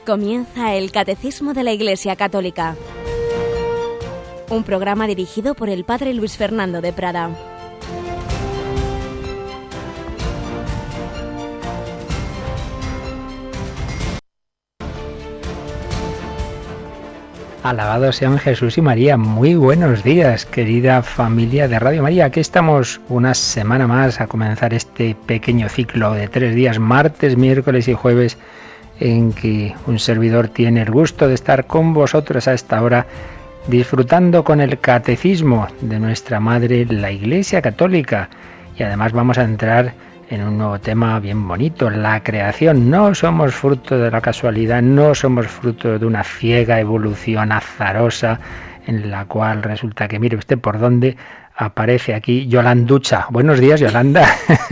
Comienza el Catecismo de la Iglesia Católica, un programa dirigido por el Padre Luis Fernando de Prada. Alabados sean Jesús y María. Muy buenos días, querida familia de Radio María. Aquí estamos una semana más a comenzar este pequeño ciclo de 3 días, martes, miércoles y jueves, en que un servidor tiene el gusto de estar con vosotros a esta hora, disfrutando con el catecismo de nuestra Madre, la Iglesia Católica. Y además vamos a entrar en un nuevo tema bien bonito, la creación. No somos fruto de la casualidad, no somos fruto de una ciega evolución azarosa en la cual resulta que, mire usted por dónde aparece aquí Yolanducha. Buenos días, Yolanda.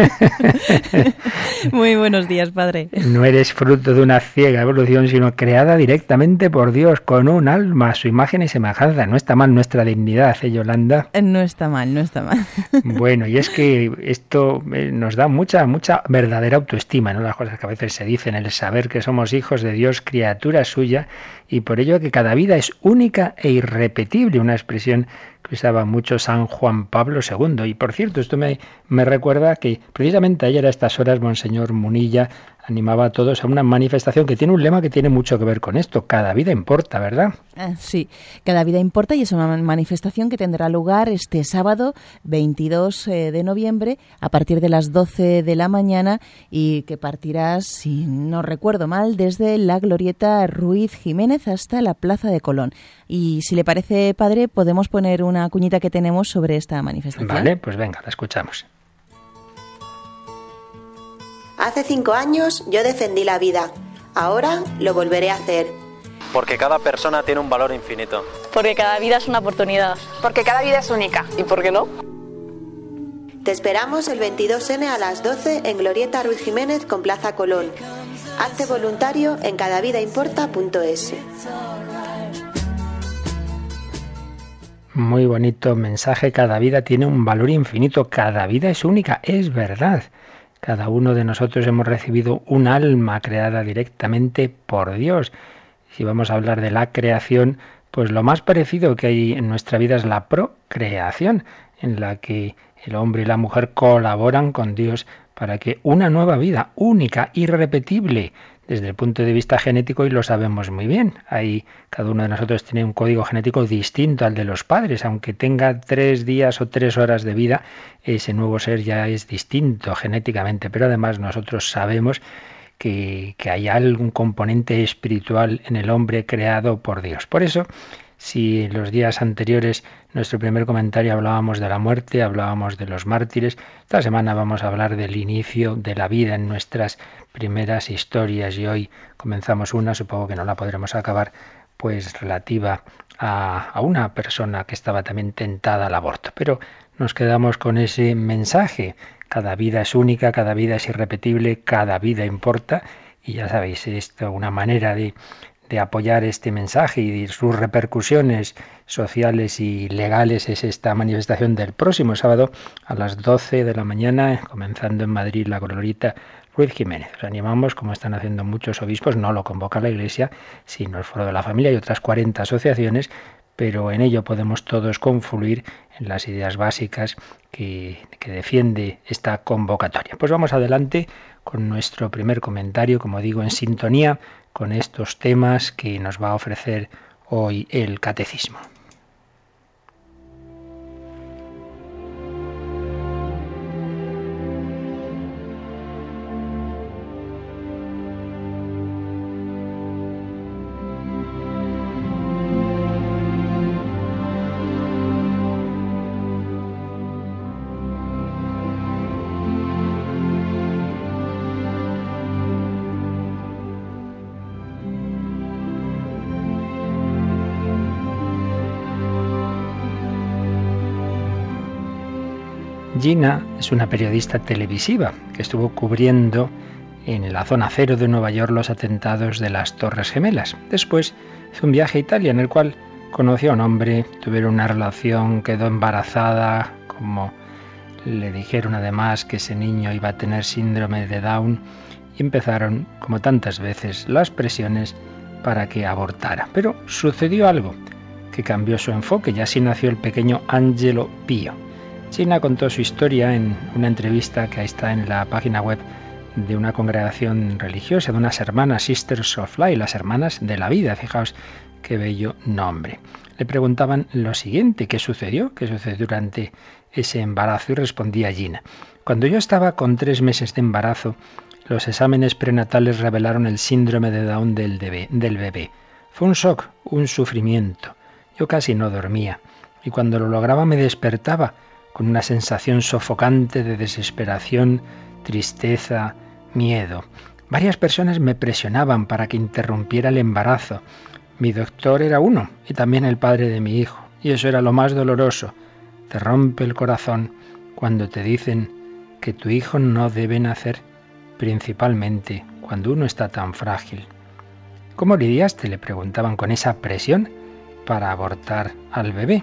Muy buenos días, padre. No eres fruto de una ciega evolución, sino creada directamente por Dios, con un alma, su imagen y semejanza. No está mal nuestra dignidad, Yolanda? No está mal, no está mal. Bueno, y es que esto nos da mucha verdadera autoestima, ¿no? Las cosas que a veces se dicen, el saber que somos hijos de Dios, criatura suya, y por ello que cada vida es única e irrepetible, una expresión que usaba mucho San Juan Pablo II. Y por cierto, esto me recuerda que precisamente ayer a estas horas Monseñor Munilla animaba a todos a una manifestación que tiene un lema que tiene mucho que ver con esto. Cada vida importa, ¿verdad? Sí, cada vida importa, y es una manifestación que tendrá lugar este sábado 22 de noviembre a partir de las 12 de la mañana y que partirá, si no recuerdo mal, desde la Glorieta Ruiz Jiménez hasta la Plaza de Colón. Y si le parece, padre, podemos poner una cuñita que tenemos sobre esta manifestación. Vale, pues venga, la escuchamos. Hace 5 años yo defendí la vida. Ahora lo volveré a hacer. Porque cada persona tiene un valor infinito. Porque cada vida es una oportunidad. Porque cada vida es única. ¿Y por qué no? Te esperamos el 22N a las 12 en Glorieta Ruiz Jiménez con Plaza Colón. Hazte voluntario en cadavidaimporta.es. Muy bonito mensaje. Cada vida tiene un valor infinito. Cada vida es única. Es verdad. Cada uno de nosotros hemos recibido un alma creada directamente por Dios. Si vamos a hablar de la creación, pues lo más parecido que hay en nuestra vida es la procreación, en la que el hombre y la mujer colaboran con Dios para que una nueva vida única, irrepetible, desde el punto de vista genético, y lo sabemos muy bien. Ahí cada uno de nosotros tiene un código genético distinto al de los padres. Aunque tenga 3 días o 3 horas de vida, ese nuevo ser ya es distinto genéticamente. Pero además nosotros sabemos que hay algún componente espiritual en el hombre creado por Dios. Por eso, si en los días anteriores, nuestro primer comentario, hablábamos de la muerte, hablábamos de los mártires, esta semana vamos a hablar del inicio de la vida en nuestras primeras historias, y hoy comenzamos una, supongo que no la podremos acabar, pues relativa a una persona que estaba también tentada al aborto. Pero nos quedamos con ese mensaje: cada vida es única, cada vida es irrepetible, cada vida importa. Y ya sabéis, esto, una manera de apoyar este mensaje y de sus repercusiones sociales y legales, es esta manifestación del próximo sábado a las 12 de la mañana, comenzando en Madrid la Glorieta Ruiz Jiménez. Os animamos, como están haciendo muchos obispos, no lo convoca la Iglesia, sino el Foro de la Familia y otras 40 asociaciones, pero en ello podemos todos confluir en las ideas básicas que defiende esta convocatoria. Pues vamos adelante con nuestro primer comentario, como digo, en sintonía con estos temas que nos va a ofrecer hoy el Catecismo. Gina es una periodista televisiva que estuvo cubriendo en la zona cero de Nueva York los atentados de las Torres Gemelas. Después hizo un viaje a Italia en el cual conoció a un hombre, tuvieron una relación, quedó embarazada, como le dijeron además que ese niño iba a tener síndrome de Down, y empezaron, como tantas veces, las presiones para que abortara. Pero sucedió algo que cambió su enfoque y así nació el pequeño Angelo Pío. China contó su historia en una entrevista que ahí está en la página web de una congregación religiosa, de unas hermanas, Sisters of Life, las hermanas de la vida. Fijaos qué bello nombre. Le preguntaban lo siguiente: ¿qué sucedió? ¿Qué sucedió durante ese embarazo? Y respondía Gina: cuando yo estaba con 3 meses de embarazo, los exámenes prenatales revelaron el síndrome de Down del bebé. Fue un shock, un sufrimiento. Yo casi no dormía y cuando lo lograba me despertaba con una sensación sofocante de desesperación, tristeza, miedo. Varias personas me presionaban para que interrumpiera el embarazo. Mi doctor era uno y también el padre de mi hijo, y eso era lo más doloroso. Te rompe el corazón cuando te dicen que tu hijo no debe nacer, principalmente cuando uno está tan frágil. ¿Cómo lidiaste?, le preguntaban, con esa presión para abortar al bebé.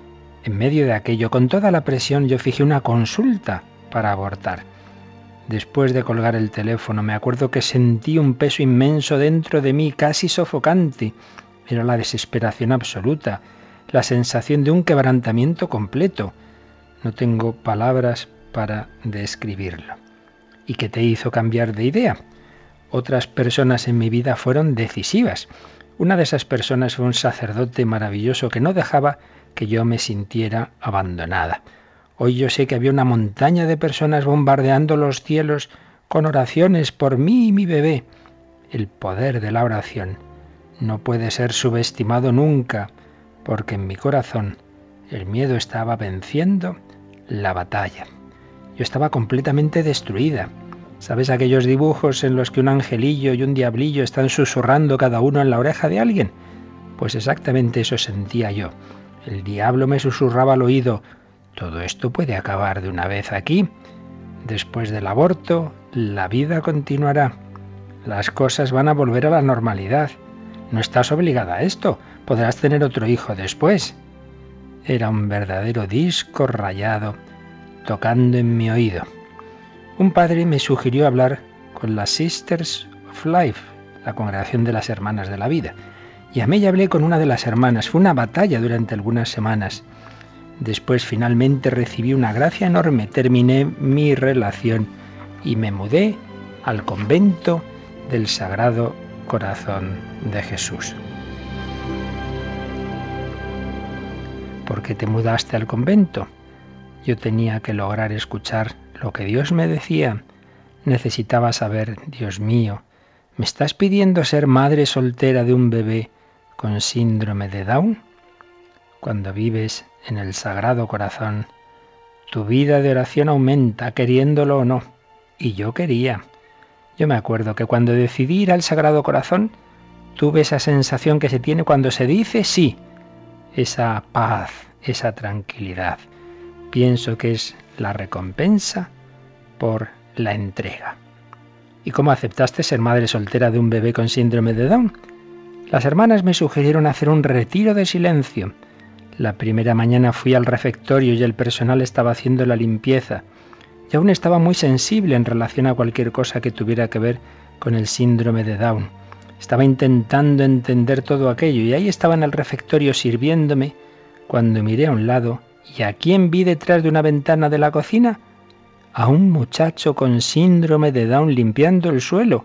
En medio de aquello, con toda la presión, yo fijé una consulta para abortar. Después de colgar el teléfono, me acuerdo que sentí un peso inmenso dentro de mí, casi sofocante. Era la desesperación absoluta, la sensación de un quebrantamiento completo. No tengo palabras para describirlo. ¿Y qué te hizo cambiar de idea? Otras personas en mi vida fueron decisivas. Una de esas personas fue un sacerdote maravilloso que no dejaba que yo me sintiera abandonada. Hoy yo sé que había una montaña de personas bombardeando los cielos con oraciones por mí y mi bebé. El poder de la oración no puede ser subestimado nunca, porque en mi corazón el miedo estaba venciendo la batalla. Yo estaba completamente destruida. ¿Sabes aquellos dibujos en los que un angelillo y un diablillo están susurrando cada uno en la oreja de alguien? Pues exactamente eso sentía yo. El diablo me susurraba al oído: todo esto puede acabar de una vez aquí. Después del aborto, la vida continuará. Las cosas van a volver a la normalidad. No estás obligada a esto. Podrás tener otro hijo después. Era un verdadero disco rayado tocando en mi oído. Un padre me sugirió hablar con las Sisters of Life, la congregación de las hermanas de la vida. Llamé y hablé con una de las hermanas. Fue una batalla durante algunas semanas. Después finalmente recibí una gracia enorme. Terminé mi relación y me mudé al convento del Sagrado Corazón de Jesús. ¿Por qué te mudaste al convento? Yo tenía que lograr escuchar lo que Dios me decía. Necesitaba saber: Dios mío, ¿me estás pidiendo ser madre soltera de un bebé con síndrome de Down? Cuando vives en el Sagrado Corazón, tu vida de oración aumenta, queriéndolo o no. Y yo quería. Yo me acuerdo que cuando decidí ir al Sagrado Corazón, tuve esa sensación que se tiene cuando se dice sí. Esa paz, esa tranquilidad. Pienso que es la recompensa por la entrega. ¿Y cómo aceptaste ser madre soltera de un bebé con síndrome de Down? Las hermanas me sugirieron hacer un retiro de silencio. La primera mañana fui al refectorio y el personal estaba haciendo la limpieza. Yo aún estaba muy sensible en relación a cualquier cosa que tuviera que ver con el síndrome de Down. Estaba intentando entender todo aquello y ahí estaba en el refectorio sirviéndome cuando miré a un lado. ¿Y a quién vi detrás de una ventana de la cocina? A un muchacho con síndrome de Down limpiando el suelo.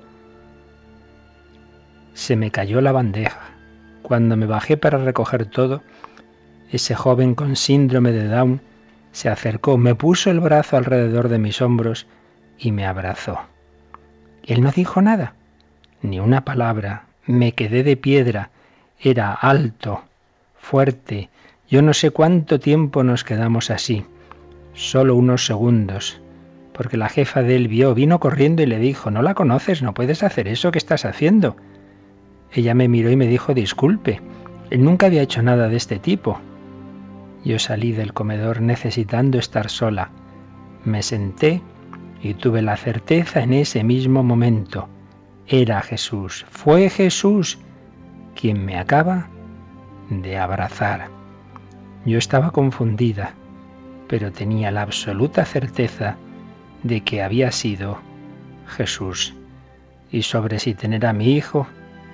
Se me cayó la bandeja. Cuando me bajé para recoger todo, ese joven con síndrome de Down se acercó, me puso el brazo alrededor de mis hombros y me abrazó. Él no dijo nada, ni una palabra. Me quedé de piedra. Era alto, fuerte. Yo no sé cuánto tiempo nos quedamos así, solo unos segundos, porque la jefa de él vino corriendo y le dijo: «¿No la conoces? No puedes hacer eso, ¿qué estás haciendo?». Ella me miró y me dijo: «Disculpe, él nunca había hecho nada de este tipo». Yo salí del comedor necesitando estar sola. Me senté y tuve la certeza en ese mismo momento: era Jesús, fue Jesús quien me acaba de abrazar. Yo estaba confundida, pero tenía la absoluta certeza de que había sido Jesús. Y sobre si tener a mi hijo,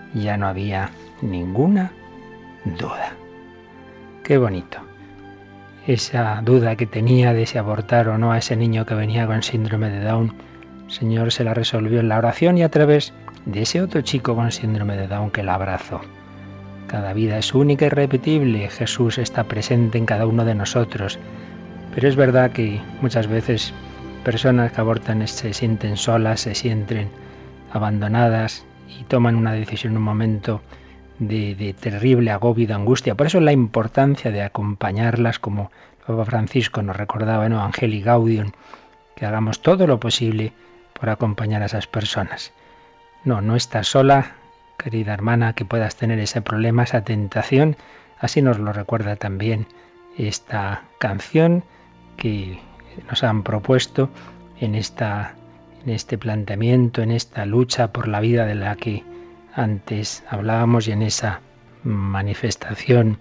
ya no había ninguna duda. Qué bonito. Esa duda que tenía de si abortar o no a ese niño que venía con síndrome de Down, el Señor se la resolvió en la oración y a través de ese otro chico con síndrome de Down que la abrazó. Cada vida es única y irrepetible. Jesús está presente en cada uno de nosotros. Pero es verdad que muchas veces personas que abortan se sienten solas, se sienten abandonadas y toman una decisión en un momento de terrible agobio, de angustia. Por eso la importancia de acompañarlas, como el Papa Francisco nos recordaba en Evangelii Gaudium, que hagamos todo lo posible por acompañar a esas personas. No estás sola, querida hermana, que puedas tener ese problema, esa tentación. Así nos lo recuerda también esta canción que nos han propuesto en este planteamiento, en esta lucha por la vida de la que antes hablábamos y en esa manifestación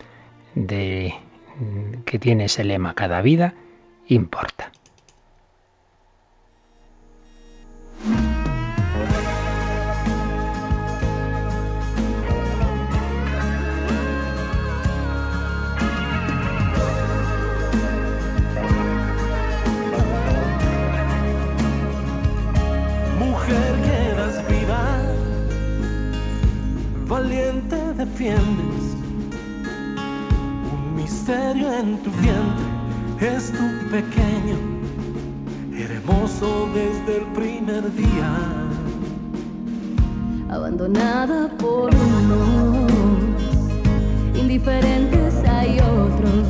que tiene ese lema: cada vida importa. Valiente defiendes un misterio en tu vientre, es tu pequeño, hermoso desde el primer día. Abandonada por unos, indiferentes hay otros,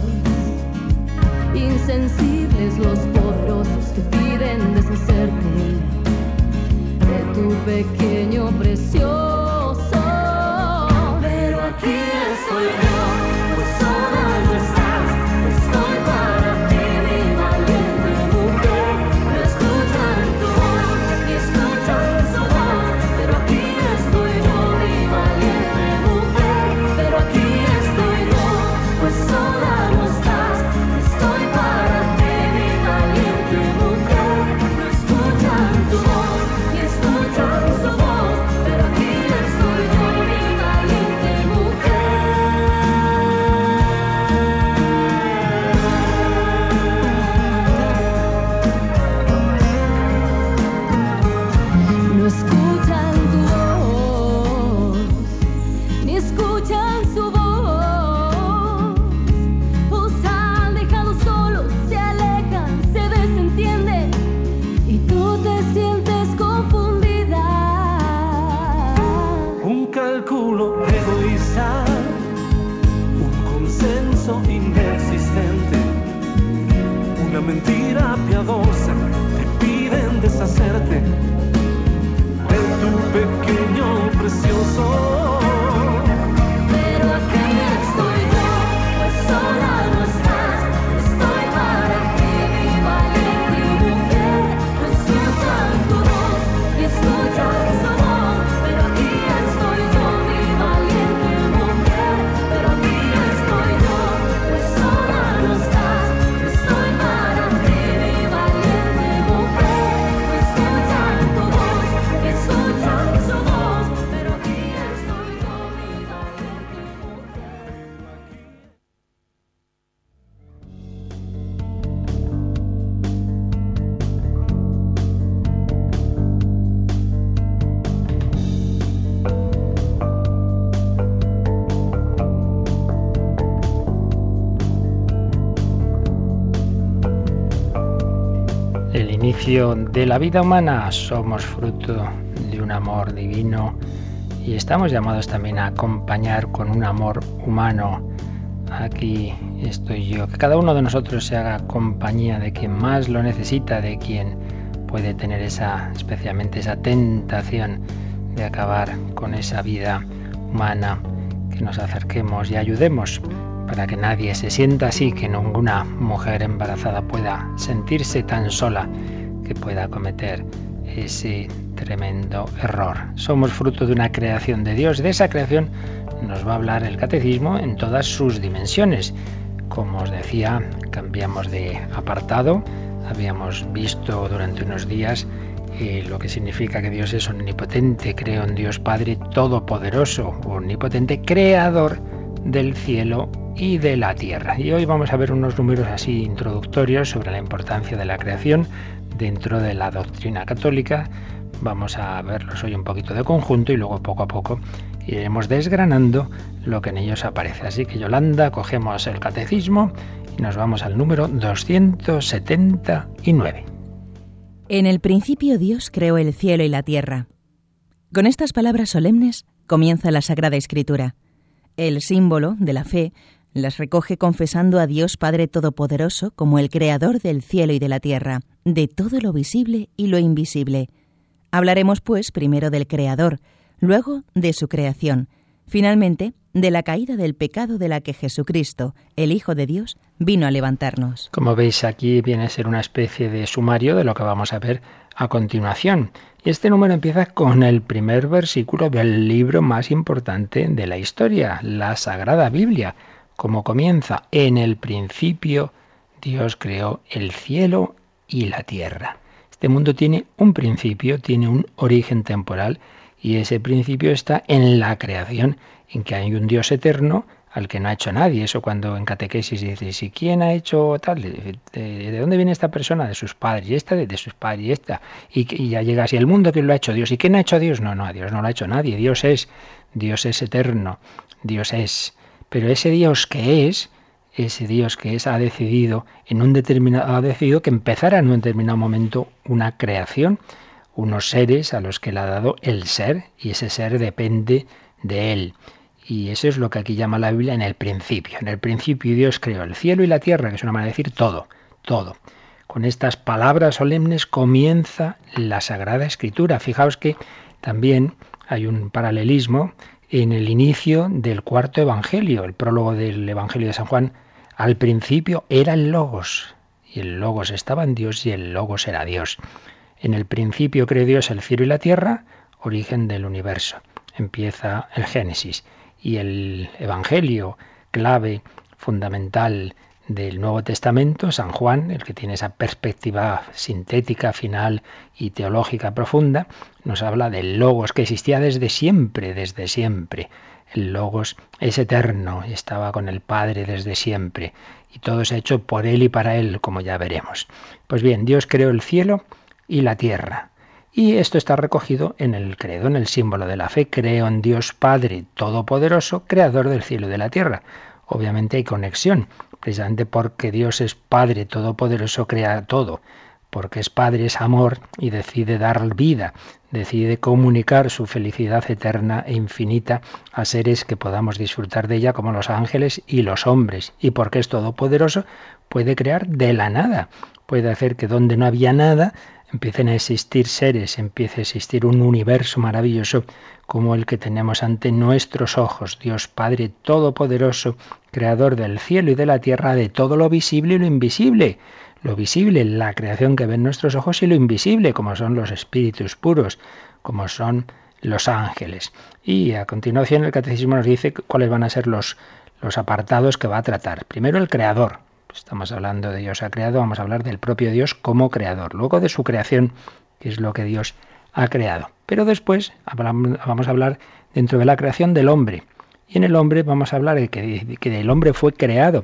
insensibles los poderosos que piden deshacerte de tu pequeño precioso. Aquí estoy yo, pues sola no estás, estoy para ti, mi valiente mujer. Me escuchan tu voz y escuchan su voz, pero aquí estoy yo, mi valiente mujer. Pero aquí estoy yo, pues sola no estás, estoy para ti, mi valiente mujer. Me escuchan tu voz y escuchan su voz, pero aquí estoy yo, mi valiente mujer. No escuchan tu voz, ni escuchan su voz. Os han dejado solos, se alejan, se desentienden y tú te sientes confundida. Un cálculo egoísta, un consenso inexistente, una mentira piadosa, te piden deshacerte de tu pequeño precioso. Pero aquí estoy yo, pues sola no estás, estoy para ti, mi valiente mujer. No escuchan tu voz y escuchan su voz, pero aquí estoy yo, mi valiente mujer. Pero aquí estoy yo, pues sola no estás, estoy para ti, mi valiente mujer. No escuchan tu voz y escuchan su voz, pero aquí estoy yo, mi valiente mujer. El inicio de la vida humana, somos fruto de un amor divino y estamos llamados también a acompañar con un amor humano. Aquí estoy yo, que cada uno de nosotros se haga compañía de quien más lo necesita, de quien puede tener especialmente esa tentación de acabar con esa vida humana, que nos acerquemos y ayudemos para que nadie se sienta así, que ninguna mujer embarazada pueda sentirse tan sola, que pueda cometer ese tremendo error. Somos fruto de una creación de Dios. De esa creación nos va a hablar el catecismo en todas sus dimensiones. Como os decía, cambiamos de apartado. Habíamos visto durante unos días lo que significa que Dios es omnipotente. Creo en Dios Padre Todopoderoso, omnipotente, creador del cielo y de la tierra. Y hoy vamos a ver unos números así introductorios sobre la importancia de la creación dentro de la doctrina católica. Vamos a verlos hoy un poquito de conjunto y luego poco a poco iremos desgranando lo que en ellos aparece. Así que, Yolanda, cogemos el catecismo y nos vamos al número 279. En el principio Dios creó el cielo y la tierra. Con estas palabras solemnes comienza la Sagrada Escritura. El símbolo de la fe las recoge confesando a Dios Padre Todopoderoso como el creador del cielo y de la tierra, de todo lo visible y lo invisible. Hablaremos, pues, primero del Creador, luego de su creación, finalmente de la caída del pecado de la que Jesucristo, el Hijo de Dios, vino a levantarnos. Como veis, aquí viene a ser una especie de sumario de lo que vamos a ver a continuación. Y este número empieza con el primer versículo del libro más importante de la historia, la Sagrada Biblia. Como comienza: en el principio Dios creó el cielo y la tierra. Este mundo tiene un principio, tiene un origen temporal, y ese principio está en la creación, en que hay un Dios eterno al que no ha hecho nadie. Eso cuando en catequesis dices, ¿y quién ha hecho tal? ¿De dónde viene esta persona? De sus padres, y esta de sus padres, y esta. Y ya llegas, ¿y el mundo quién lo ha hecho? Dios. ¿Y quién ha hecho a Dios? No, a Dios no lo ha hecho nadie. Dios es eterno, Dios es. Pero ese Dios que es ha decidido ha decidido que empezara en un determinado momento una creación, unos seres a los que le ha dado el ser, y ese ser depende de él. Y eso es lo que aquí llama la Biblia en el principio. En el principio Dios creó el cielo y la tierra, que es una manera de decir todo, todo. Con estas palabras solemnes comienza la Sagrada Escritura. Fijaos que también hay un paralelismo en el inicio del cuarto Evangelio, el prólogo del Evangelio de San Juan. Al principio era el Logos, y el Logos estaba en Dios, y el Logos era Dios. En el principio creó Dios el cielo y la tierra, origen del universo. Empieza el Génesis. Y el Evangelio, clave fundamental del Nuevo Testamento, San Juan, el que tiene esa perspectiva sintética, final y teológica profunda, nos habla del Logos que existía desde siempre, desde siempre. El Logos es eterno, estaba con el Padre desde siempre, y todo se ha hecho por Él y para Él, como ya veremos. Pues bien, Dios creó el cielo y la tierra. Y esto está recogido en el credo, en el símbolo de la fe. Creo en Dios Padre Todopoderoso, creador del cielo y de la tierra. Obviamente hay conexión, precisamente porque Dios es Padre Todopoderoso, crea todo. Porque es Padre, es amor y decide dar vida, decide comunicar su felicidad eterna e infinita a seres que podamos disfrutar de ella, como los ángeles y los hombres. Y porque es todopoderoso, puede crear de la nada, puede hacer que donde no había nada empiecen a existir seres, empiece a existir un universo maravilloso como el que tenemos ante nuestros ojos. Dios Padre Todopoderoso, creador del cielo y de la tierra, de todo lo visible y lo invisible. Lo visible, la creación que ven nuestros ojos, y lo invisible, como son los espíritus puros, como son los ángeles. Y a continuación el Catecismo nos dice cuáles van a ser los apartados que va a tratar. Primero, el creador. Estamos hablando de Dios ha creado, vamos a hablar del propio Dios como creador. Luego de su creación, que es lo que Dios ha creado. Pero después vamos a hablar dentro de la creación del hombre. Y en el hombre vamos a hablar de que el hombre fue creado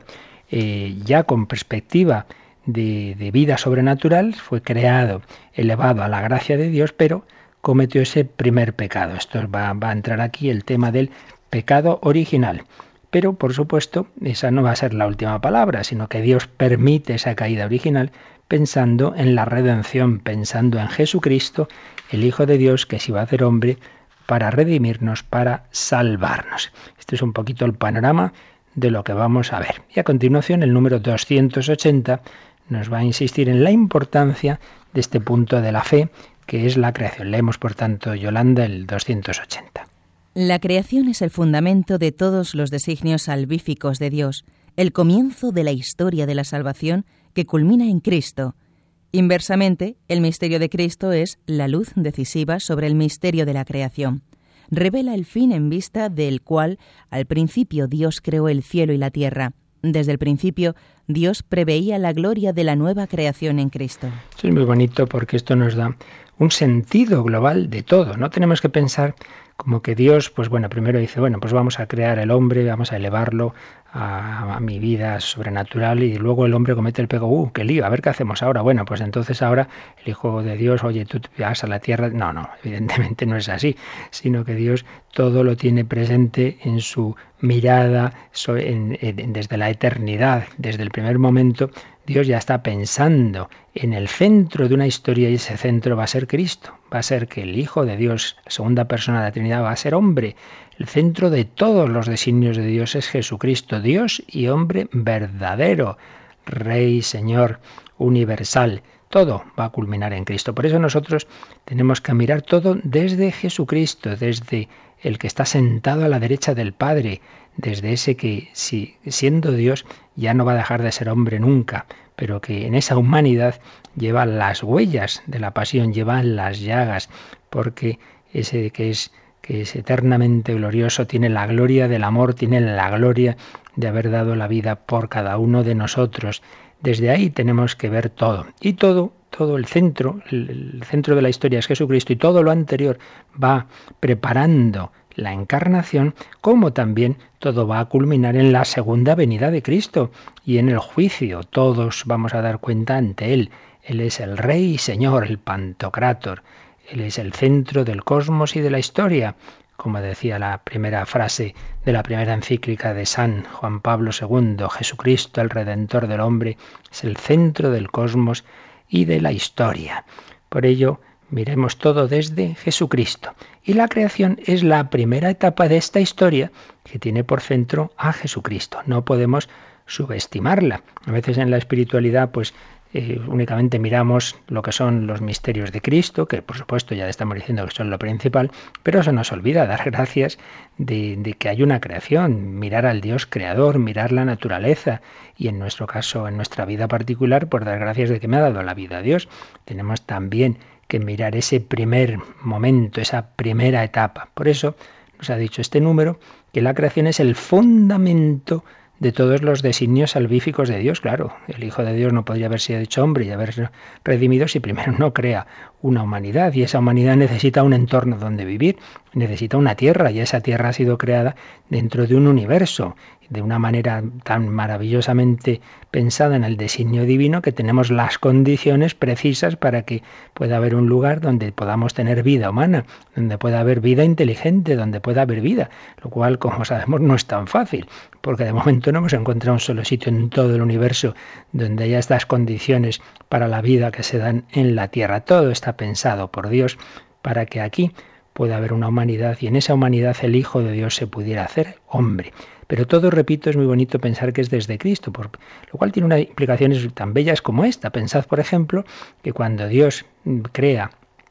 ya con perspectiva de vida sobrenatural, fue creado, elevado a la gracia de Dios, pero cometió ese primer pecado. Esto va a entrar aquí el tema del pecado original. Pero, por supuesto, esa no va a ser la última palabra, sino que Dios permite esa caída original pensando en la redención, pensando en Jesucristo, el Hijo de Dios, que se iba a hacer hombre para redimirnos, para salvarnos. Este es un poquito el panorama de lo que vamos a ver. Y a continuación, el número 280 nos va a insistir en la importancia de este punto de la fe, que es la creación. Leemos, por tanto, Yolanda, el 280. La creación es el fundamento de todos los designios salvíficos de Dios, el comienzo de la historia de la salvación que culmina en Cristo. Inversamente, el misterio de Cristo es la luz decisiva sobre el misterio de la creación. Revela el fin en vista del cual al principio Dios creó el cielo y la tierra, Desde el principio, Dios preveía la gloria de la nueva creación en Cristo. Esto es muy bonito porque esto nos da un sentido global de todo. No tenemos que pensar como que Dios, pues bueno, primero dice, bueno, pues vamos a crear el hombre, vamos a elevarlo a mi vida sobrenatural, y luego el hombre comete el pecado, qué lío, a ver qué hacemos ahora. Bueno, pues entonces ahora el Hijo de Dios, oye, tú te vas a la tierra. No, evidentemente no es así, sino que Dios todo lo tiene presente en su mirada desde la eternidad, desde el primer momento. Dios ya está pensando en el centro de una historia, y ese centro va a ser Cristo. Va a ser que el Hijo de Dios, la segunda persona de la Trinidad, va a ser hombre. El centro de todos los designios de Dios es Jesucristo, Dios y hombre verdadero, Rey, Señor, universal. Todo va a culminar en Cristo. Por eso nosotros tenemos que mirar todo desde Jesucristo, desde el que está sentado a la derecha del Padre, desde ese que, si siendo Dios, ya no va a dejar de ser hombre nunca, pero que en esa humanidad lleva las huellas de la pasión, lleva las llagas, porque ese que es eternamente glorioso tiene la gloria del amor, tiene la gloria de haber dado la vida por cada uno de nosotros. Desde ahí tenemos que ver todo. Y todo el centro de la historia es Jesucristo, y todo lo anterior va preparando la encarnación, como también todo va a culminar en la segunda venida de Cristo y en el juicio. Todos vamos a dar cuenta ante Él. Él es el Rey y Señor, el Pantocrátor. Él es el centro del cosmos y de la historia, como decía la primera frase de la primera encíclica de San Juan Pablo II, Jesucristo, el Redentor del hombre, es el centro del cosmos y de la historia. Por ello, miremos todo desde Jesucristo. Y la creación es la primera etapa de esta historia que tiene por centro a Jesucristo. No podemos subestimarla. A veces en la espiritualidad, pues únicamente miramos lo que son los misterios de Cristo, que por supuesto ya estamos diciendo que son lo principal, pero se nos olvida dar gracias de que hay una creación, mirar al Dios creador, mirar la naturaleza, y en nuestro caso, en nuestra vida particular, por dar gracias de que me ha dado la vida a Dios. Tenemos también que mirar ese primer momento, esa primera etapa. Por eso nos ha dicho este número que la creación es el fundamento de todos los designios salvíficos de Dios. Claro, el Hijo de Dios no podría haber sido hecho hombre y haberse redimido si primero no crea una humanidad, y esa humanidad necesita un entorno donde vivir, necesita una tierra, y esa tierra ha sido creada dentro de un universo, de una manera tan maravillosamente pensada en el designio divino, que tenemos las condiciones precisas para que pueda haber un lugar donde podamos tener vida humana, donde pueda haber vida inteligente, donde pueda haber vida, lo cual, como sabemos, no es tan fácil, porque de momento no hemos encontrado un solo sitio en todo el universo donde haya estas condiciones para la vida que se dan en la tierra. Todo está pensado por Dios para que aquí pueda haber una humanidad, y en esa humanidad el Hijo de Dios se pudiera hacer hombre. Pero todo, repito, es muy bonito pensar que es desde Cristo, lo cual tiene unas implicaciones tan bellas como esta. Pensad, por ejemplo, que cuando Dios crea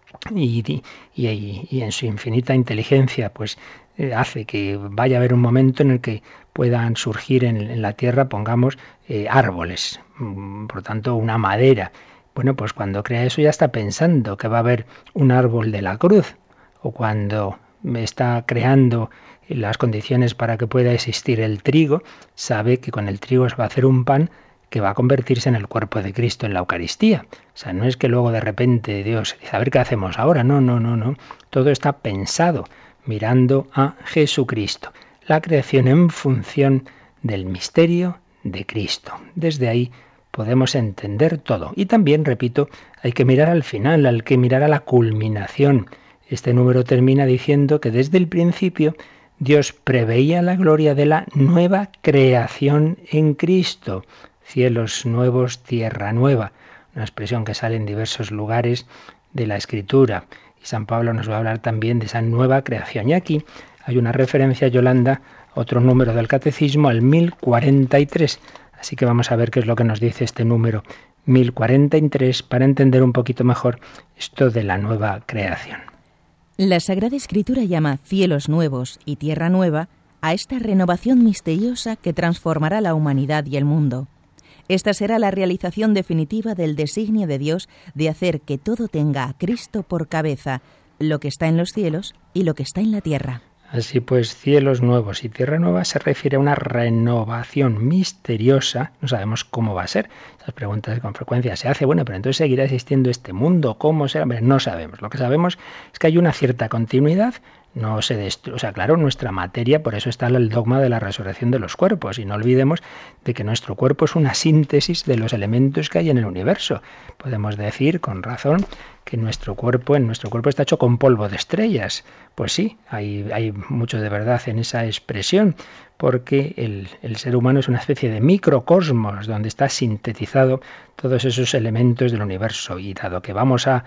y en su infinita inteligencia pues hace que vaya a haber un momento en el que puedan surgir en la tierra, pongamos, árboles, por tanto una madera. Bueno, pues cuando crea eso ya está pensando que va a haber un árbol de la cruz, o cuando está creando las condiciones para que pueda existir el trigo, sabe que con el trigo se va a hacer un pan que va a convertirse en el cuerpo de Cristo en la Eucaristía. O sea, no es que luego de repente Dios dice, a ver qué hacemos ahora. No. Todo está pensado mirando a Jesucristo. La creación en función del misterio de Cristo. Desde ahí podemos entender todo. Y también, repito, hay que mirar al final, hay que mirar a la culminación. Este número termina diciendo que desde el principio Dios preveía la gloria de la nueva creación en Cristo. Cielos nuevos, tierra nueva. Una expresión que sale en diversos lugares de la Escritura. Y San Pablo nos va a hablar también de esa nueva creación. Y aquí hay una referencia, Yolanda, otro número del Catecismo, al 1043. Así que vamos a ver qué es lo que nos dice este número 1043 para entender un poquito mejor esto de la nueva creación. La Sagrada Escritura llama cielos nuevos y tierra nueva a esta renovación misteriosa que transformará la humanidad y el mundo. Esta será la realización definitiva del designio de Dios de hacer que todo tenga a Cristo por cabeza, lo que está en los cielos y lo que está en la tierra. Así pues, cielos nuevos y tierra nueva se refiere a una renovación misteriosa. No sabemos cómo va a ser. Esas preguntas con frecuencia se hace. Bueno, pero entonces seguirá existiendo este mundo. ¿Cómo será? No sabemos. Lo que sabemos es que hay una cierta continuidad. No se destruye. O sea, claro, nuestra materia, por eso está el dogma de la resurrección de los cuerpos. Y no olvidemos de que nuestro cuerpo es una síntesis de los elementos que hay en el universo. Podemos decir, con razón, que en nuestro cuerpo está hecho con polvo de estrellas. Pues sí, hay mucho de verdad en esa expresión, porque el ser humano es una especie de microcosmos donde está sintetizado todos esos elementos del universo. Y dado que vamos a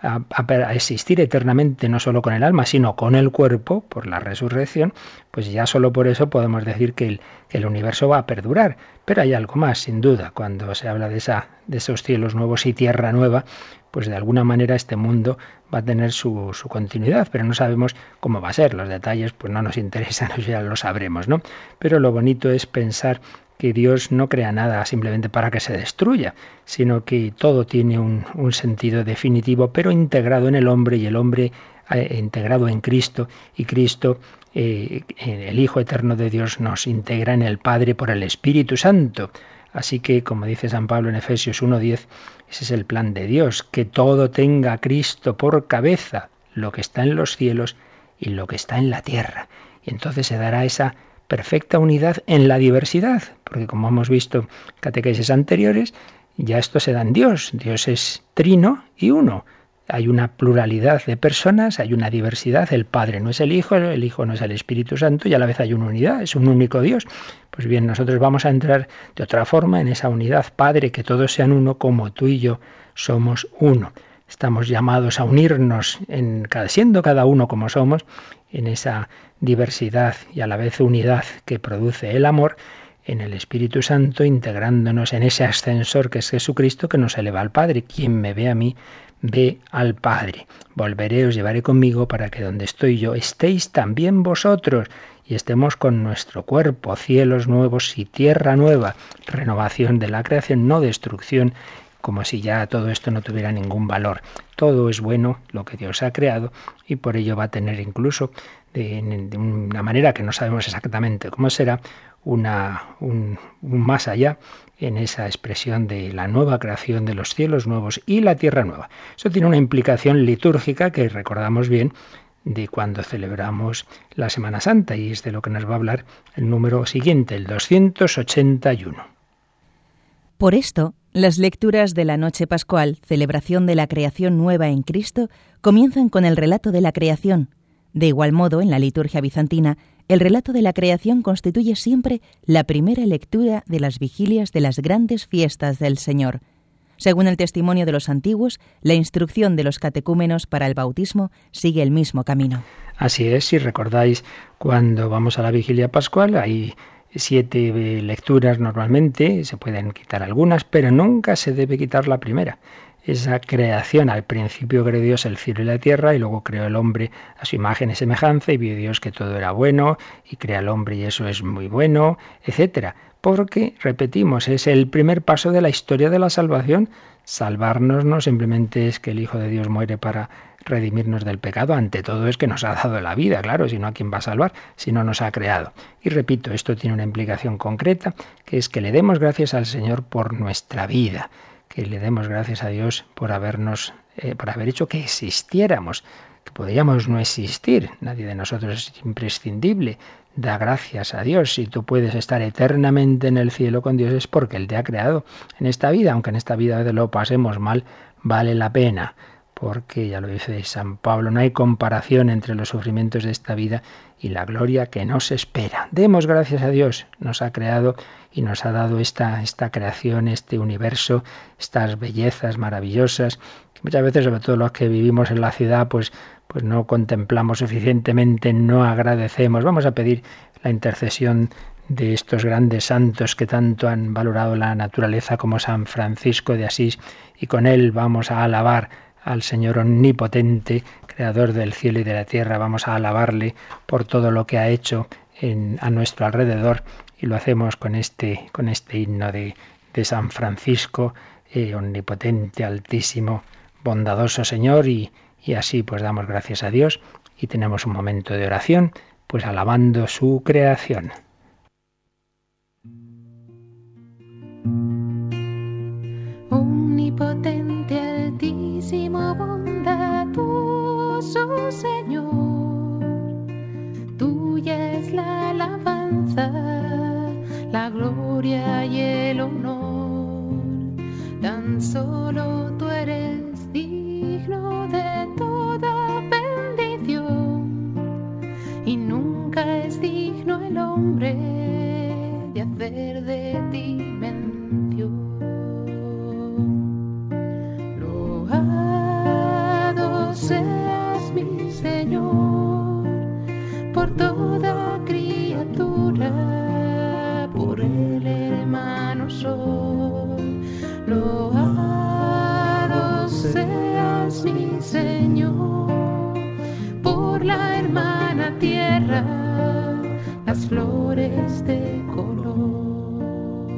existir eternamente no solo con el alma, sino con el cuerpo, por la resurrección, pues ya solo por eso podemos decir que el universo va a perdurar. Pero hay algo más, sin duda, cuando se habla de esos cielos nuevos y tierra nueva, pues de alguna manera este mundo va a tener su continuidad, pero no sabemos cómo va a ser. Los detalles pues no nos interesan, eso ya lo sabremos, ¿no? Pero lo bonito es pensar que Dios no crea nada simplemente para que se destruya, sino que todo tiene un sentido definitivo, pero integrado en el hombre, y el hombre integrado en Cristo, y Cristo, el Hijo eterno de Dios, nos integra en el Padre por el Espíritu Santo. Así que, como dice San Pablo en Efesios 1:10, ese es el plan de Dios, que todo tenga a Cristo por cabeza, lo que está en los cielos y lo que está en la tierra. Y entonces se dará esa perfecta unidad en la diversidad, porque como hemos visto en catequesis anteriores, ya esto se da en Dios. Dios es trino y uno. Hay una pluralidad de personas, hay una diversidad. El Padre no es el Hijo no es el Espíritu Santo, y a la vez hay una unidad, es un único Dios. Pues bien, nosotros vamos a entrar de otra forma en esa unidad. Padre, que todos sean uno como tú y yo somos uno. Estamos llamados a unirnos, siendo cada uno como somos, en esa diversidad y a la vez unidad que produce el amor, en el Espíritu Santo, integrándonos en ese ascensor que es Jesucristo, que nos eleva al Padre. Quien me ve a mí, ve al Padre. Volveré, os llevaré conmigo, para que donde estoy yo estéis también vosotros, y estemos con nuestro cuerpo, cielos nuevos y tierra nueva, renovación de la creación, no destrucción, como si ya todo esto no tuviera ningún valor. Todo es bueno, lo que Dios ha creado, y por ello va a tener incluso, de una manera que no sabemos exactamente cómo será, un más allá en esa expresión de la nueva creación de los cielos nuevos y la tierra nueva. Eso tiene una implicación litúrgica que recordamos bien de cuando celebramos la Semana Santa, y es de lo que nos va a hablar el número siguiente, el 281. Por esto, las lecturas de la Noche Pascual, celebración de la creación nueva en Cristo, comienzan con el relato de la creación. De igual modo, en la liturgia bizantina, el relato de la creación constituye siempre la primera lectura de las vigilias de las grandes fiestas del Señor. Según el testimonio de los antiguos, la instrucción de los catecúmenos para el bautismo sigue el mismo camino. Así es, si recordáis, cuando vamos a la vigilia pascual, hay 7 lecturas normalmente, se pueden quitar algunas, pero nunca se debe quitar la primera. Esa creación, al principio creó Dios el cielo y la tierra, y luego creó el hombre a su imagen y semejanza, y vio Dios que todo era bueno, y crea al hombre y eso es muy bueno, etcétera. Porque, repetimos, es el primer paso de la historia de la salvación. Salvarnos no simplemente es que el Hijo de Dios muere para redimirnos del pecado, ante todo es que nos ha dado la vida, claro, si no, ¿a quién va a salvar? Si no nos ha creado. Y repito, esto tiene una implicación concreta, que es que le demos gracias al Señor por nuestra vida, que le demos gracias a Dios por haber hecho que existiéramos, que podríamos no existir. Nadie de nosotros es imprescindible. Da gracias a Dios. Si tú puedes estar eternamente en el cielo con Dios, es porque Él te ha creado en esta vida, aunque en esta vida lo pasemos mal, vale la pena. Porque, ya lo dice San Pablo, no hay comparación entre los sufrimientos de esta vida y la gloria que nos espera. Demos gracias a Dios, nos ha creado y nos ha dado esta creación, este universo, estas bellezas maravillosas, que muchas veces, sobre todo los que vivimos en la ciudad, pues no contemplamos suficientemente, no agradecemos. Vamos a pedir la intercesión de estos grandes santos que tanto han valorado la naturaleza, como San Francisco de Asís, y con él vamos a alabar al Señor omnipotente, creador del cielo y de la tierra. Vamos a alabarle por todo lo que ha hecho a nuestro alrededor, y lo hacemos con este himno de San Francisco, omnipotente, altísimo, bondadoso Señor, y así pues damos gracias a Dios y tenemos un momento de oración, pues pues alabando su creación. Omnipotente, altísimo, bondadoso Señor, tuya es la alabanza, la gloria y el honor. Tan solo tú eres digno de toda bendición, y nunca es digno el hombre de hacer de ti mención. Loado seas mi Señor por toda criatura, por el hermano sol. Loado seas mi Señor por la hermana tierra, las flores de color,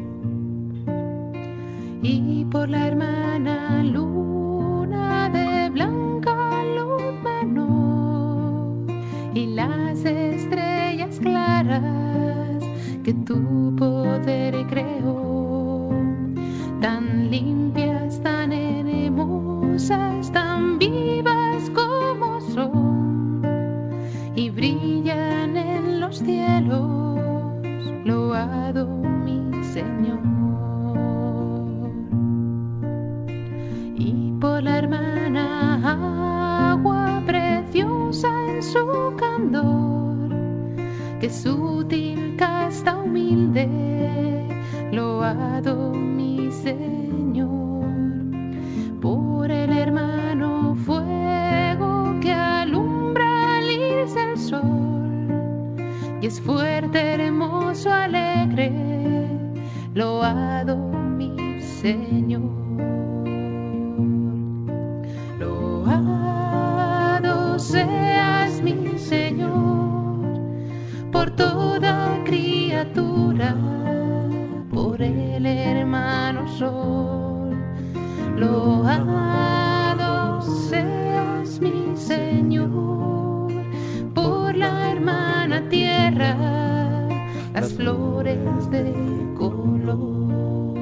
y por la hermana luna de blanca luz menor, y las estrellas claras que tu poder creó, tan limpias, tan hermosas, tan vivas como son, y brillan en los cielos. Loado mi Señor. Y por la hermana agua preciosa en su candor, que sutil, casta, humilde, loado mi Señor. Por el hermano fuego que alumbra al irse el sol, y es fuerte, hermoso, alegre, loado mi Señor. Loado seas mi Señor por toda criatura, por el hermano sol. Loado seas mi Señor por la hermana tierra, las flores de color,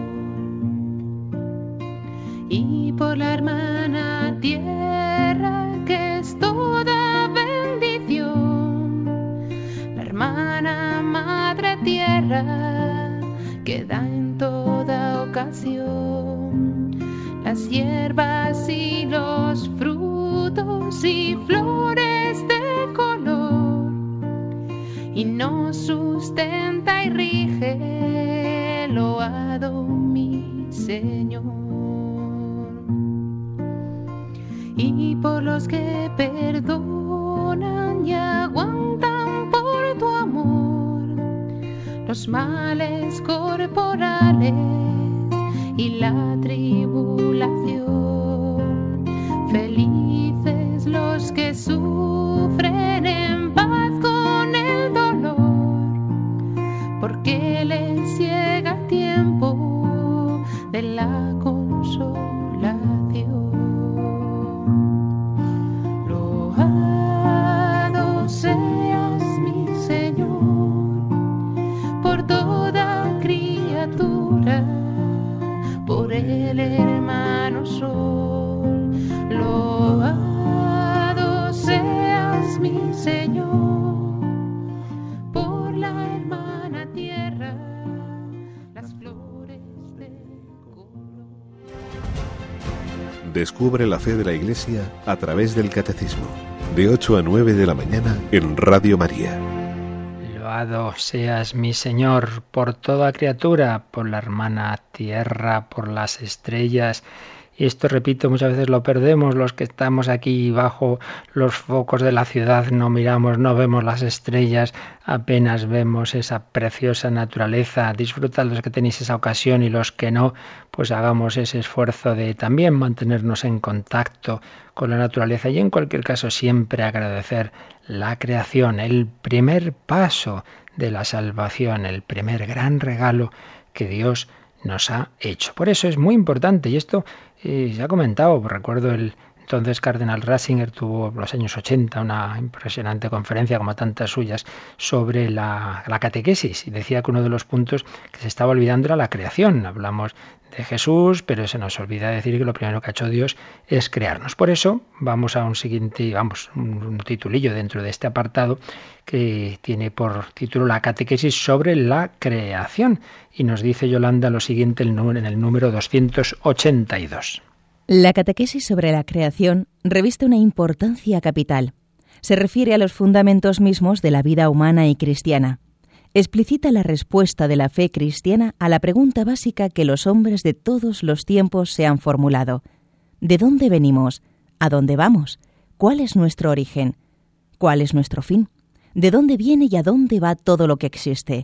y por la hermana tierra que es toda bendición, la hermana madre tierra que da en toda ocasión las hierbas y los frutos y flores de color, y nos sustenta y rige. Loado mi Señor. Y por los que perdonan y aguantan por tu amor los males corporales y la tribulación, felices los que sufren en paz con el dolor, porque les llega el tiempo de la consolación. Loado seas mi Señor por toda criatura, por el hermano sol. Loado seas mi Señor por la hermana tierra, las flores de color. Descubre la fe de la Iglesia a través del Catecismo, de 8 a 9 de la mañana en Radio María. Loado seas mi Señor por toda criatura, por la hermana tierra, por las estrellas. Y esto, repito, muchas veces lo perdemos los que estamos aquí bajo los focos de la ciudad, no miramos, no vemos las estrellas, apenas vemos esa preciosa naturaleza. Disfrutad los que tenéis esa ocasión, y los que no, pues hagamos ese esfuerzo de también mantenernos en contacto con la naturaleza, y en cualquier caso siempre agradecer la creación, el primer paso de la salvación, el primer gran regalo que Dios nos ha hecho. Por eso es muy importante, y esto se ha comentado, recuerdo el entonces cardenal Ratzinger tuvo en los años 80 una impresionante conferencia, como tantas suyas, sobre la catequesis, y decía que uno de los puntos que se estaba olvidando era la creación. Hablamos de Jesús, pero se nos olvida decir que lo primero que ha hecho Dios es crearnos. Por eso vamos a un siguiente, un titulillo dentro de este apartado que tiene por título la catequesis sobre la creación, y nos dice Yolanda lo siguiente en el número 282. La catequesis sobre la creación reviste una importancia capital. Se refiere a los fundamentos mismos de la vida humana y cristiana. Explicita la respuesta de la fe cristiana a la pregunta básica que los hombres de todos los tiempos se han formulado. ¿De dónde venimos? ¿A dónde vamos? ¿Cuál es nuestro origen? ¿Cuál es nuestro fin? ¿De dónde viene y a dónde va todo lo que existe?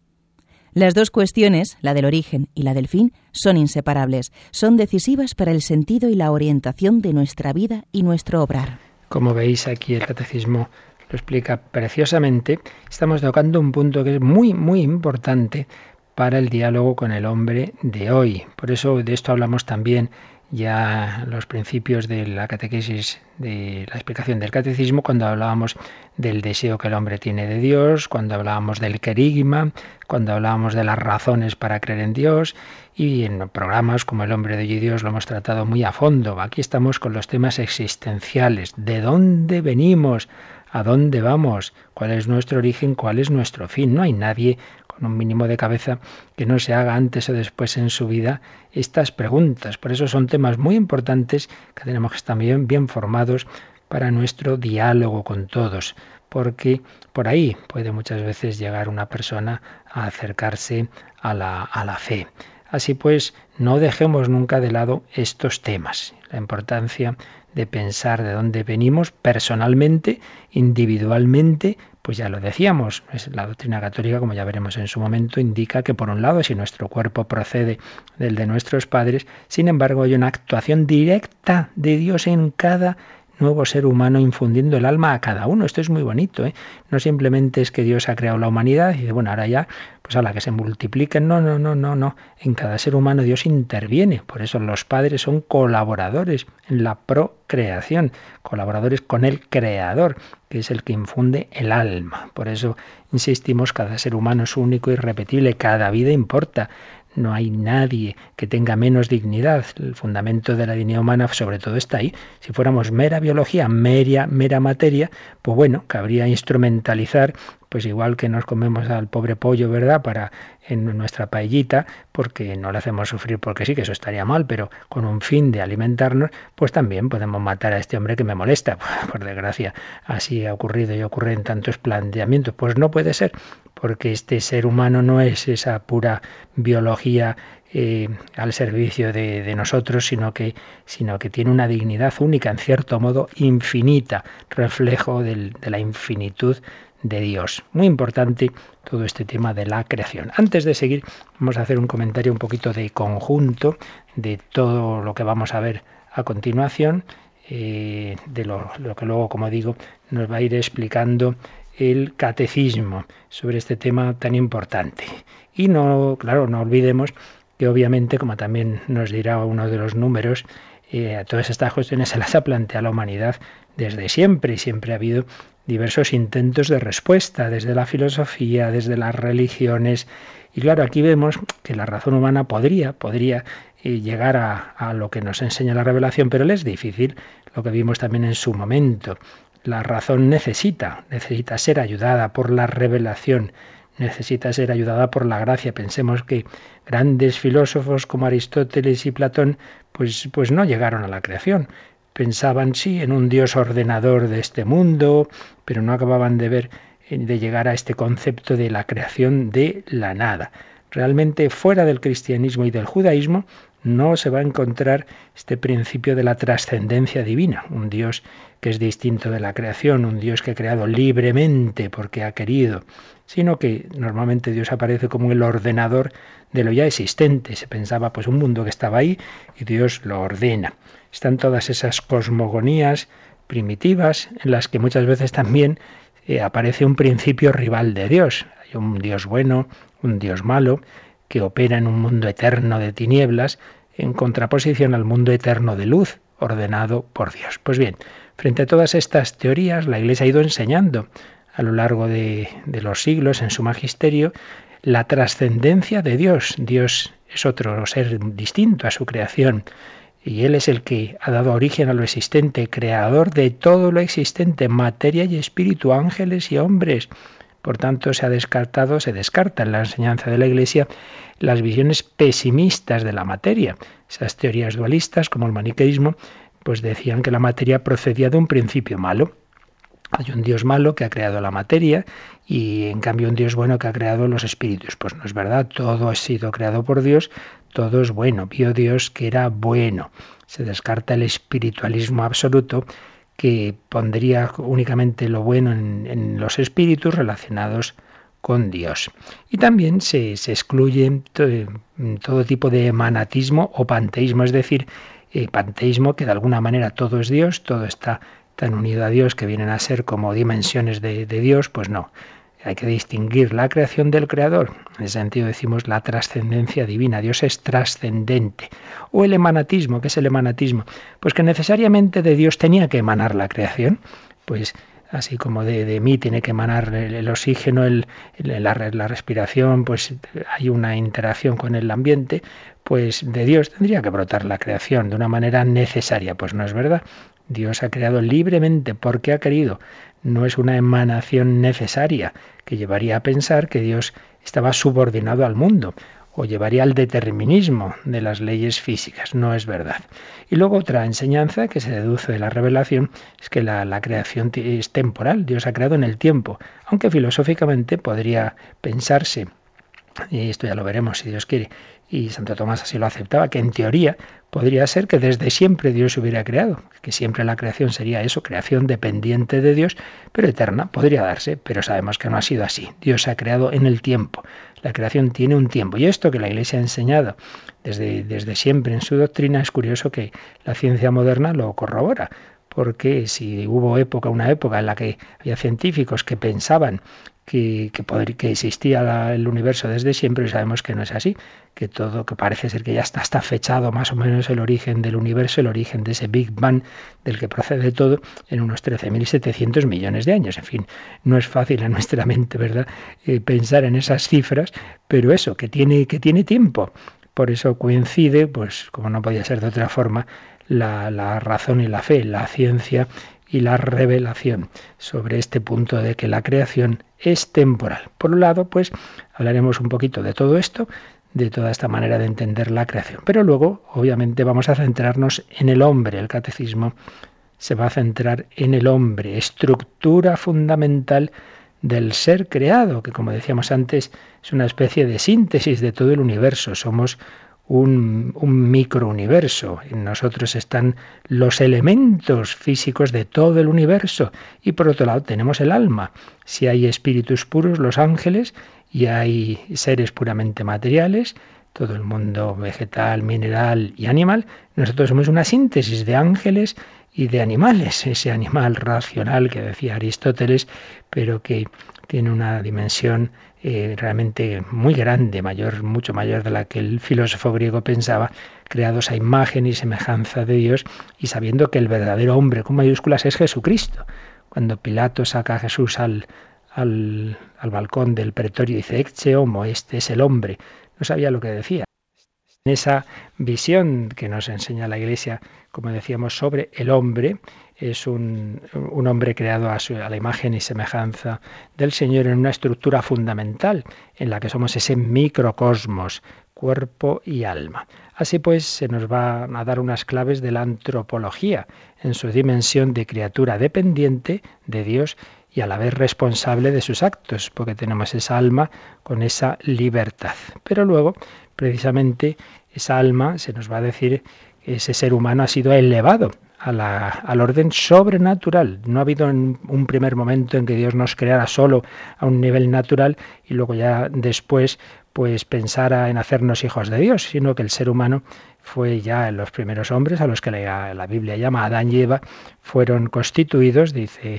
Las dos cuestiones, la del origen y la del fin, son inseparables, son decisivas para el sentido y la orientación de nuestra vida y nuestro obrar. Como veis, aquí el catecismo lo explica preciosamente. Estamos tocando un punto que es muy, muy importante para el diálogo con el hombre de hoy. Por eso de esto hablamos también ya en los principios de la catequesis, de la explicación del catecismo, cuando hablábamos del deseo que el hombre tiene de Dios, cuando hablábamos del querigma, cuando hablábamos de las razones para creer en Dios, y en programas como El hombre de hoy y Dios lo hemos tratado muy a fondo. Aquí estamos con los temas existenciales. ¿De dónde venimos? ¿A dónde vamos? ¿Cuál es nuestro origen? ¿Cuál es nuestro fin? No hay nadie con un mínimo de cabeza que no se haga antes o después en su vida estas preguntas. Por eso son temas muy importantes que tenemos que estar bien formados para nuestro diálogo con todos, porque por ahí puede muchas veces llegar una persona a acercarse a la fe. Así pues, no dejemos nunca de lado estos temas, la importancia de pensar de dónde venimos personalmente, individualmente. Pues ya lo decíamos, la doctrina católica, como ya veremos en su momento, indica que por un lado, si nuestro cuerpo procede del de nuestros padres, sin embargo hay una actuación directa de Dios en cada nuevo ser humano, infundiendo el alma a cada uno. Esto es muy bonito, ¿eh? No simplemente es que Dios ha creado la humanidad y bueno, ahora ya, pues a la que se multipliquen. No. En cada ser humano Dios interviene. Por eso los padres son colaboradores en la procreación, colaboradores con el Creador, que es el que infunde el alma. Por eso insistimos, cada ser humano es único y irrepetible, cada vida importa. No hay nadie que tenga menos dignidad. El fundamento de la dignidad humana sobre todo está ahí. Si fuéramos mera biología, mera materia, pues bueno, cabría instrumentalizar, pues igual que nos comemos al pobre pollo, ¿verdad?, para en nuestra paellita, porque no le hacemos sufrir porque sí, que eso estaría mal, pero con un fin de alimentarnos, pues también podemos matar a este hombre que me molesta. Por desgracia, así ha ocurrido y ocurre en tantos planteamientos. Pues no puede ser, porque este ser humano no es esa pura biología al servicio de nosotros, sino que tiene una dignidad única, en cierto modo infinita, reflejo de la infinitud de Dios. Muy importante todo este tema de la creación. Antes de seguir, vamos a hacer un comentario un poquito de conjunto de todo lo que vamos a ver a continuación, de lo que luego, como digo, nos va a ir explicando el catecismo sobre este tema tan importante. Y no olvidemos que obviamente, como también nos dirá uno de los números, a todas estas cuestiones se las ha planteado la humanidad desde siempre, y siempre ha habido diversos intentos de respuesta, desde la filosofía, desde las religiones. Y claro, aquí vemos que la razón humana podría llegar a lo que nos enseña la revelación, pero le es difícil, lo que vimos también en su momento. La razón necesita ser ayudada por la revelación, necesita ser ayudada por la gracia. Pensemos que grandes filósofos como Aristóteles y Platón pues no llegaron a la creación. Pensaban sí en un Dios ordenador de este mundo, pero no acababan de llegar a este concepto de la creación de la nada. Realmente fuera del cristianismo y del judaísmo no se va a encontrar este principio de la trascendencia divina, un Dios que es distinto de la creación, un Dios que ha creado libremente porque ha querido, sino que normalmente Dios aparece como el ordenador de lo ya existente. Se pensaba pues un mundo que estaba ahí y Dios lo ordena. Están todas esas cosmogonías primitivas en las que muchas veces también aparece un principio rival de Dios. Hay un Dios bueno, un Dios malo, que opera en un mundo eterno de tinieblas, en contraposición al mundo eterno de luz, ordenado por Dios. Pues bien, frente a todas estas teorías, la Iglesia ha ido enseñando a lo largo de los siglos en su magisterio la trascendencia de Dios. Dios es otro ser distinto a su creación y Él es el que ha dado origen a lo existente, creador de todo lo existente, materia y espíritu, ángeles y hombres. Por tanto, se descarta en la enseñanza de la Iglesia las visiones pesimistas de la materia. Esas teorías dualistas, como el maniqueísmo, pues decían que la materia procedía de un principio malo. Hay un Dios malo que ha creado la materia y en cambio un Dios bueno que ha creado los espíritus. Pues no es verdad, todo ha sido creado por Dios, todo es bueno. Vio Dios que era bueno. Se descarta el espiritualismo absoluto que pondría únicamente lo bueno en los espíritus relacionados con Dios. Y también se excluye todo tipo de emanatismo o panteísmo, es decir, panteísmo que de alguna manera todo es Dios, todo está tan unido a Dios que vienen a ser como dimensiones de Dios, pues no. Hay que distinguir la creación del creador. En ese sentido decimos la trascendencia divina. Dios es trascendente. O el emanatismo. ¿Qué es el emanatismo? Pues que necesariamente de Dios tenía que emanar la creación. Pues así como de mí tiene que emanar el oxígeno, la respiración, pues hay una interacción con el ambiente, pues de Dios tendría que brotar la creación de una manera necesaria. Pues no es verdad. Dios ha creado libremente porque ha querido. No es una emanación necesaria que llevaría a pensar que Dios estaba subordinado al mundo o llevaría al determinismo de las leyes físicas. No es verdad. Y luego otra enseñanza que se deduce de la revelación es que la creación es temporal. Dios ha creado en el tiempo, aunque filosóficamente podría pensarse, y esto ya lo veremos si Dios quiere, y Santo Tomás así lo aceptaba, que en teoría podría ser que desde siempre Dios hubiera creado, que siempre la creación sería eso, creación dependiente de Dios, pero eterna, podría darse, pero sabemos que no ha sido así. Dios se ha creado en el tiempo, la creación tiene un tiempo, y esto que la Iglesia ha enseñado desde siempre en su doctrina, es curioso que la ciencia moderna lo corrobora, porque si hubo una época en la que había científicos que pensaban que existía el universo desde siempre, y sabemos que no es así, que parece ser que ya está fechado más o menos el origen del universo, el origen de ese Big Bang del que procede todo en unos 13.700 millones de años. En fin, no es fácil a nuestra mente, ¿verdad?, pensar en esas cifras, pero eso, que tiene tiempo. Por eso coincide, pues como no podía ser de otra forma, la razón y la fe, la ciencia y la revelación sobre este punto de que la creación es temporal. Por un lado, pues hablaremos un poquito de todo esto, de toda esta manera de entender la creación. Pero luego, obviamente, vamos a centrarnos en el hombre. El catecismo se va a centrar en el hombre, estructura fundamental del ser creado, que como decíamos antes, es una especie de síntesis de todo el universo. Somos un microuniverso. En nosotros están los elementos físicos de todo el universo. Y por otro lado tenemos el alma. Si hay espíritus puros, los ángeles, y hay seres puramente materiales, todo el mundo vegetal, mineral y animal, nosotros somos una síntesis de ángeles y de animales. Ese animal racional que decía Aristóteles, pero que tiene una dimensión realmente muy grande, mucho mayor de la que el filósofo griego pensaba, creados a imagen y semejanza de Dios, y sabiendo que el verdadero hombre con mayúsculas es Jesucristo. Cuando Pilato saca a Jesús al balcón del pretorio y dice, Ecce homo, este es el hombre, no sabía lo que decía. En esa visión que nos enseña la Iglesia, como decíamos, sobre el hombre, es un hombre creado a la imagen y semejanza del Señor en una estructura fundamental en la que somos ese microcosmos, cuerpo y alma. Así pues, se nos va a dar unas claves de la antropología en su dimensión de criatura dependiente de Dios y a la vez responsable de sus actos, porque tenemos esa alma con esa libertad. Pero luego, precisamente, esa alma se nos va a decir que ese ser humano ha sido elevado al orden sobrenatural. No ha habido un primer momento en que Dios nos creara solo a un nivel natural y luego ya después pues pensara en hacernos hijos de Dios, sino que el ser humano fue ya los primeros hombres a los que la Biblia llama Adán y Eva, fueron constituidos, dice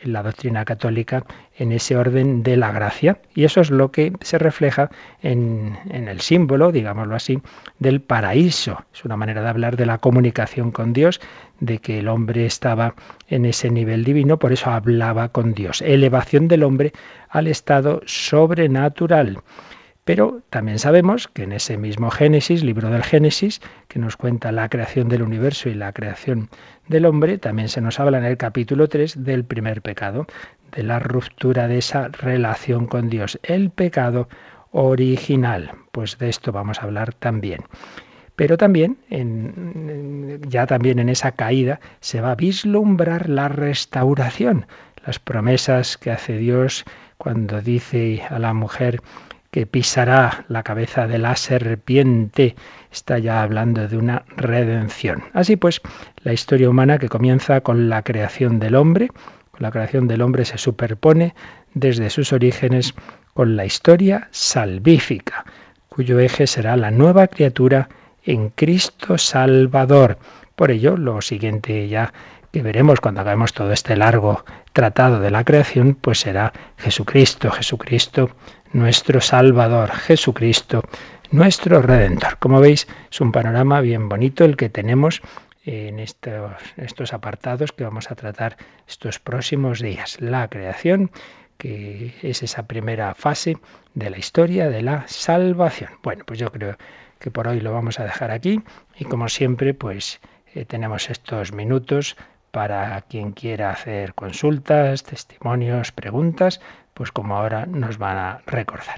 en la doctrina católica en ese orden de la gracia. Y eso es lo que se refleja en el símbolo, digámoslo así, del paraíso. Es una manera de hablar de la comunicación con Dios, de que el hombre estaba en ese nivel divino, por eso hablaba con Dios. Elevación del hombre al estado sobrenatural. Pero también sabemos que en ese mismo Génesis, libro del Génesis, que nos cuenta la creación del universo y la creación del hombre, también se nos habla en el capítulo 3 del primer pecado, de la ruptura de esa relación con Dios, el pecado original. Pues de esto vamos a hablar también. Pero también, ya también en esa caída, se va a vislumbrar la restauración, las promesas que hace Dios cuando dice a la mujer que pisará la cabeza de la serpiente, está ya hablando de una redención. Así pues, la historia humana que comienza con la creación del hombre, se superpone desde sus orígenes con la historia salvífica, cuyo eje será la nueva criatura en Cristo Salvador. Por ello, lo siguiente ya que veremos cuando hagamos todo este largo tratado de la creación, pues será Jesucristo, nuestro Salvador, Jesucristo, nuestro Redentor. Como veis, es un panorama bien bonito el que tenemos en estos apartados que vamos a tratar estos próximos días. La creación, que es esa primera fase de la historia de la salvación. Bueno, pues yo creo que por hoy lo vamos a dejar aquí y como siempre, pues tenemos estos minutos para quien quiera hacer consultas, testimonios, preguntas, pues como ahora nos van a recordar.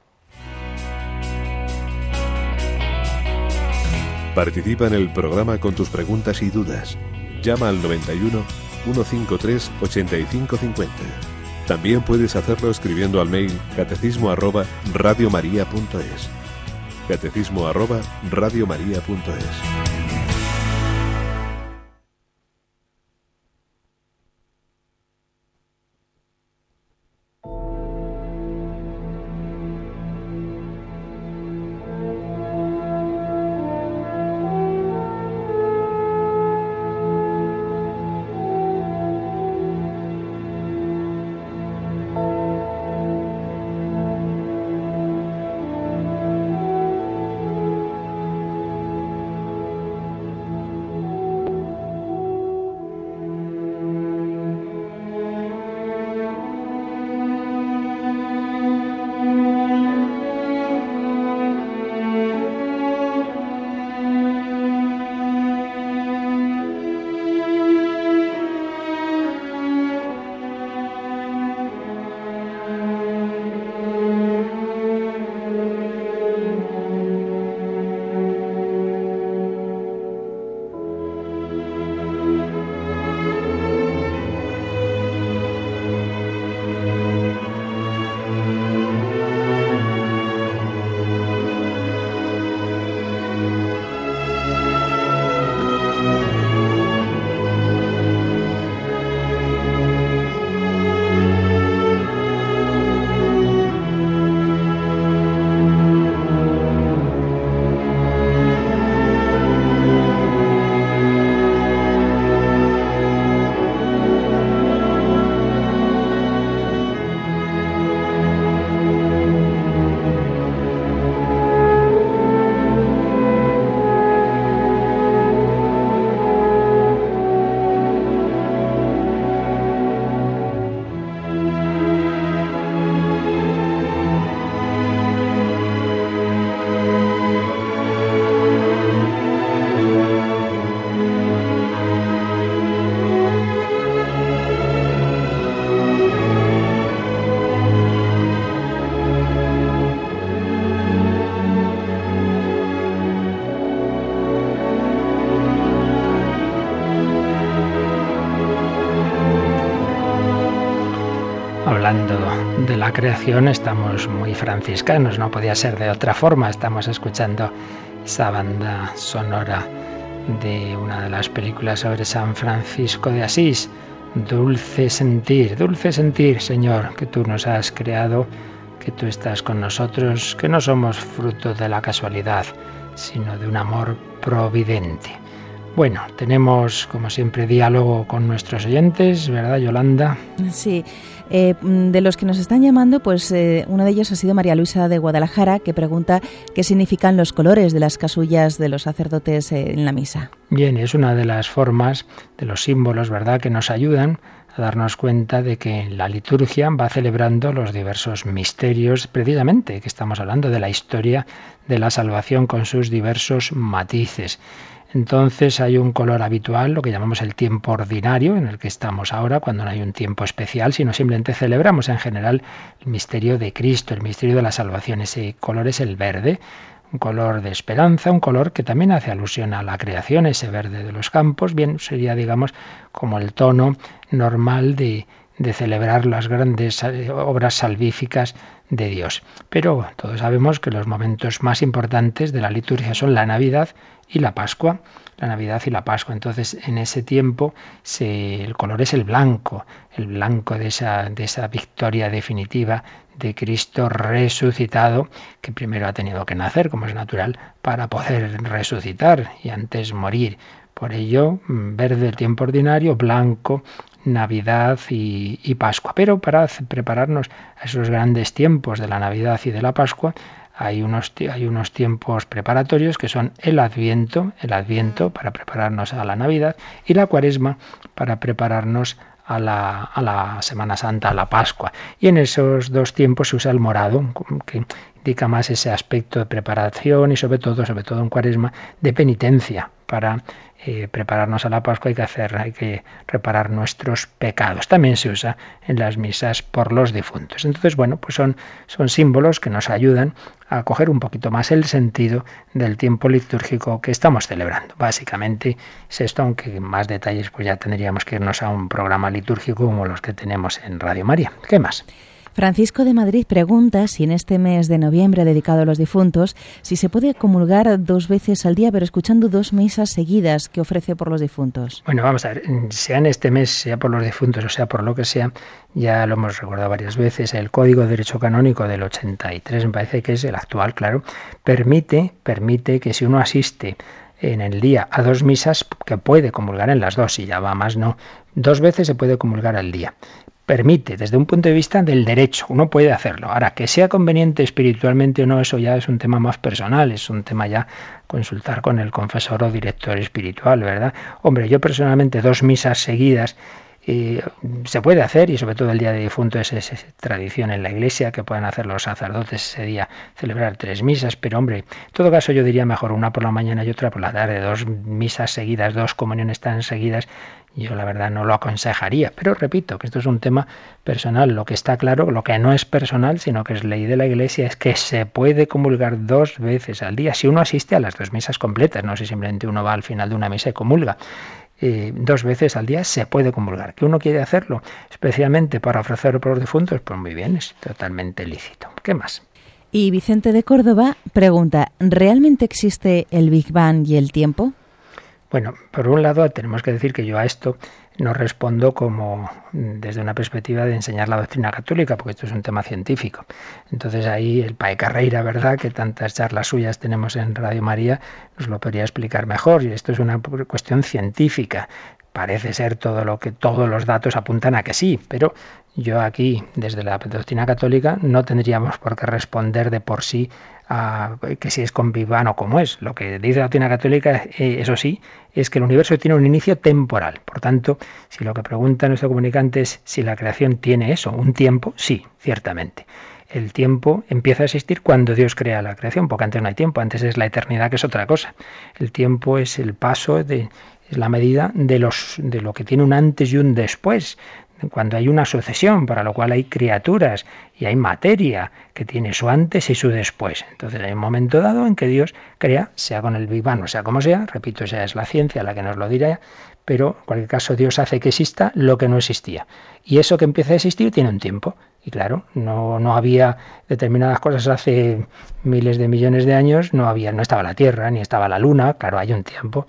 Participa en el programa con tus preguntas y dudas. Llama al 91 153 8550. También puedes hacerlo escribiendo al mail catecismo@radiomaria.es. catecismo@radiomaria.es. Hablando de la creación, estamos muy franciscanos, no podía ser de otra forma. Estamos escuchando esa banda sonora de una de las películas sobre San Francisco de Asís. Dulce sentir, Señor, que tú nos has creado, que tú estás con nosotros, que no somos fruto de la casualidad, sino de un amor providente. Bueno, tenemos como siempre diálogo con nuestros oyentes, ¿verdad, Yolanda? Sí, de los que nos están llamando, pues uno de ellos ha sido María Luisa de Guadalajara, que pregunta qué significan los colores de las casullas de los sacerdotes en la misa. Bien, es una de las formas, de los símbolos, ¿verdad?, que nos ayudan a darnos cuenta de que la liturgia va celebrando los diversos misterios, precisamente, que estamos hablando de la historia de la salvación con sus diversos matices. Entonces hay un color habitual, lo que llamamos el tiempo ordinario, en el que estamos ahora, cuando no hay un tiempo especial, sino simplemente celebramos en general el misterio de Cristo, el misterio de la salvación. Ese color es el verde, un color de esperanza, un color que también hace alusión a la creación, ese verde de los campos. Bien, sería, digamos, como el tono normal de celebrar las grandes obras salvíficas de Dios. Pero todos sabemos que los momentos más importantes de la liturgia son la Navidad y la Pascua. La Navidad y la Pascua. Entonces, en ese tiempo el color es el blanco de esa victoria definitiva de Cristo resucitado, que primero ha tenido que nacer, como es natural, para poder resucitar y antes morir. Por ello, verde el tiempo ordinario, blanco Navidad y Pascua. Pero para prepararnos a esos grandes tiempos de la Navidad y de la Pascua, hay unos tiempos preparatorios que son el Adviento para prepararnos a la Navidad, y la Cuaresma para prepararnos a la Semana Santa, a la Pascua. Y en esos dos tiempos se usa el morado, que indica más ese aspecto de preparación y sobre todo en Cuaresma, de penitencia. Para prepararnos a la Pascua hay que reparar nuestros pecados. También se usa en las misas por los difuntos. Entonces, bueno, pues son símbolos que nos ayudan a coger un poquito más el sentido del tiempo litúrgico que estamos celebrando. Básicamente es esto, aunque en más detalles pues ya tendríamos que irnos a un programa litúrgico como los que tenemos en Radio María. ¿Qué más? Francisco de Madrid pregunta si en este mes de noviembre dedicado a los difuntos, si se puede comulgar 2 veces al día, pero escuchando 2 misas seguidas que ofrece por los difuntos. Bueno, vamos a ver, sea en este mes, sea por los difuntos o sea por lo que sea, ya lo hemos recordado varias veces, el Código de Derecho Canónico del 83, me parece que es el actual, claro, permite que si uno asiste en el día a 2 misas, que puede comulgar en las 2, si ya va más no, 2 veces se puede comulgar al día. Permite, desde un punto de vista del derecho, uno puede hacerlo. Ahora, que sea conveniente espiritualmente o no, eso ya es un tema más personal, es un tema ya consultar con el confesor o director espiritual, ¿verdad? Hombre, yo personalmente 2 misas seguidas se puede hacer, y sobre todo el día de difunto es tradición en la Iglesia que puedan hacer los sacerdotes ese día, celebrar 3 misas, pero hombre, en todo caso yo diría mejor una por la mañana y otra por la tarde, 2 misas seguidas, 2 comuniones tan seguidas. Yo la verdad no lo aconsejaría, pero repito que esto es un tema personal. Lo que está claro, lo que no es personal, sino que es ley de la Iglesia, es que se puede comulgar 2 veces al día si uno asiste a las 2 misas completas, no si simplemente uno va al final de una misa y comulga. 2 veces al día se puede comulgar. ¿Que uno quiere hacerlo especialmente para ofrecerlo por los difuntos? Pues muy bien, es totalmente lícito. ¿Qué más? Y Vicente de Córdoba pregunta, ¿realmente existe el Big Bang y el tiempo? Bueno, por un lado tenemos que decir que yo a esto no respondo como desde una perspectiva de enseñar la doctrina católica, porque esto es un tema científico. Entonces ahí el Pae Carreira, ¿verdad?, que tantas charlas suyas tenemos en Radio María, nos lo podría explicar mejor. Y esto es una cuestión científica. Parece ser todos los datos apuntan a que sí, pero yo aquí, desde la doctrina católica, no tendríamos por qué responder de por sí a que si es con Big Bang o cómo es. Lo que dice la doctrina católica, eso sí, es que el universo tiene un inicio temporal. Por tanto, si lo que pregunta nuestro comunicante es si la creación tiene eso, un tiempo, sí, ciertamente. El tiempo empieza a existir cuando Dios crea la creación, porque antes no hay tiempo, antes es la eternidad, que es otra cosa. El tiempo es el paso es la medida de lo que tiene un antes y un después, cuando hay una sucesión, para lo cual hay criaturas y hay materia que tiene su antes y su después. Entonces hay un momento dado en que Dios crea, sea con el Big Bang o sea como sea, repito, esa es la ciencia la que nos lo dirá, pero en cualquier caso Dios hace que exista lo que no existía. Y eso que empieza a existir tiene un tiempo. Y claro, no había determinadas cosas hace miles de millones de años, no estaba la Tierra, ni estaba la Luna. Claro, hay un tiempo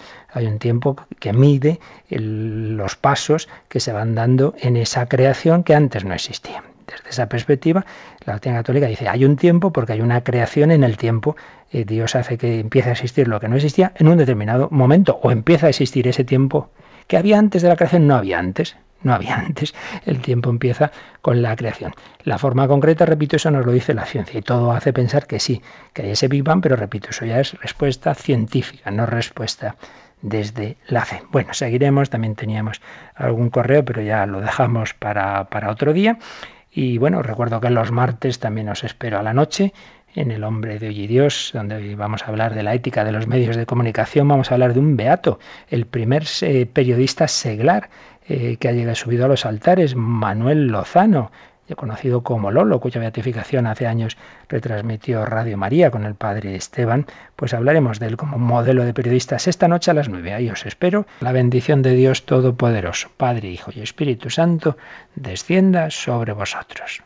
que mide los pasos que se van dando en esa creación que antes no existía. Desde esa perspectiva, la doctrina católica dice, hay un tiempo porque hay una creación en el tiempo. Dios hace que empiece a existir lo que no existía en un determinado momento, o empieza a existir ese tiempo que había antes de la creación, no había antes. El tiempo empieza con la creación. La forma concreta, repito, eso nos lo dice la ciencia y todo hace pensar que sí, que hay ese Big Bang, pero repito, eso ya es respuesta científica, no respuesta desde la fe. Bueno, seguiremos, también teníamos algún correo, pero ya lo dejamos para otro día. Y bueno, recuerdo que los martes también os espero a la noche en El Hombre de Hoy y Dios, donde hoy vamos a hablar de la ética de los medios de comunicación. Vamos a hablar de un beato, el primer periodista seglar que ha llegado subido a los altares, Manuel Lozano, conocido como Lolo, cuya beatificación hace años retransmitió Radio María con el padre Esteban. Pues hablaremos de él como modelo de periodistas esta noche a las 9. Ahí os espero. La bendición de Dios Todopoderoso, Padre, Hijo y Espíritu Santo, descienda sobre vosotros.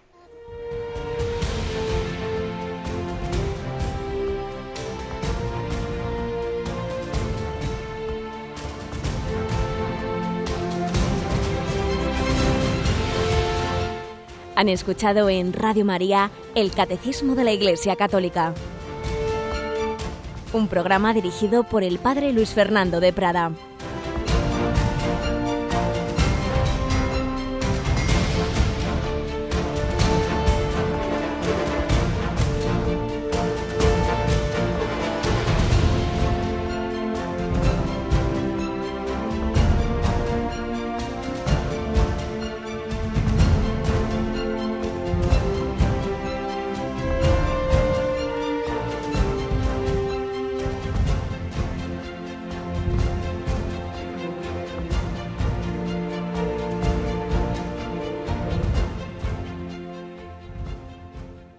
Han escuchado en Radio María el Catecismo de la Iglesia Católica, un programa dirigido por el Padre Luis Fernando de Prada.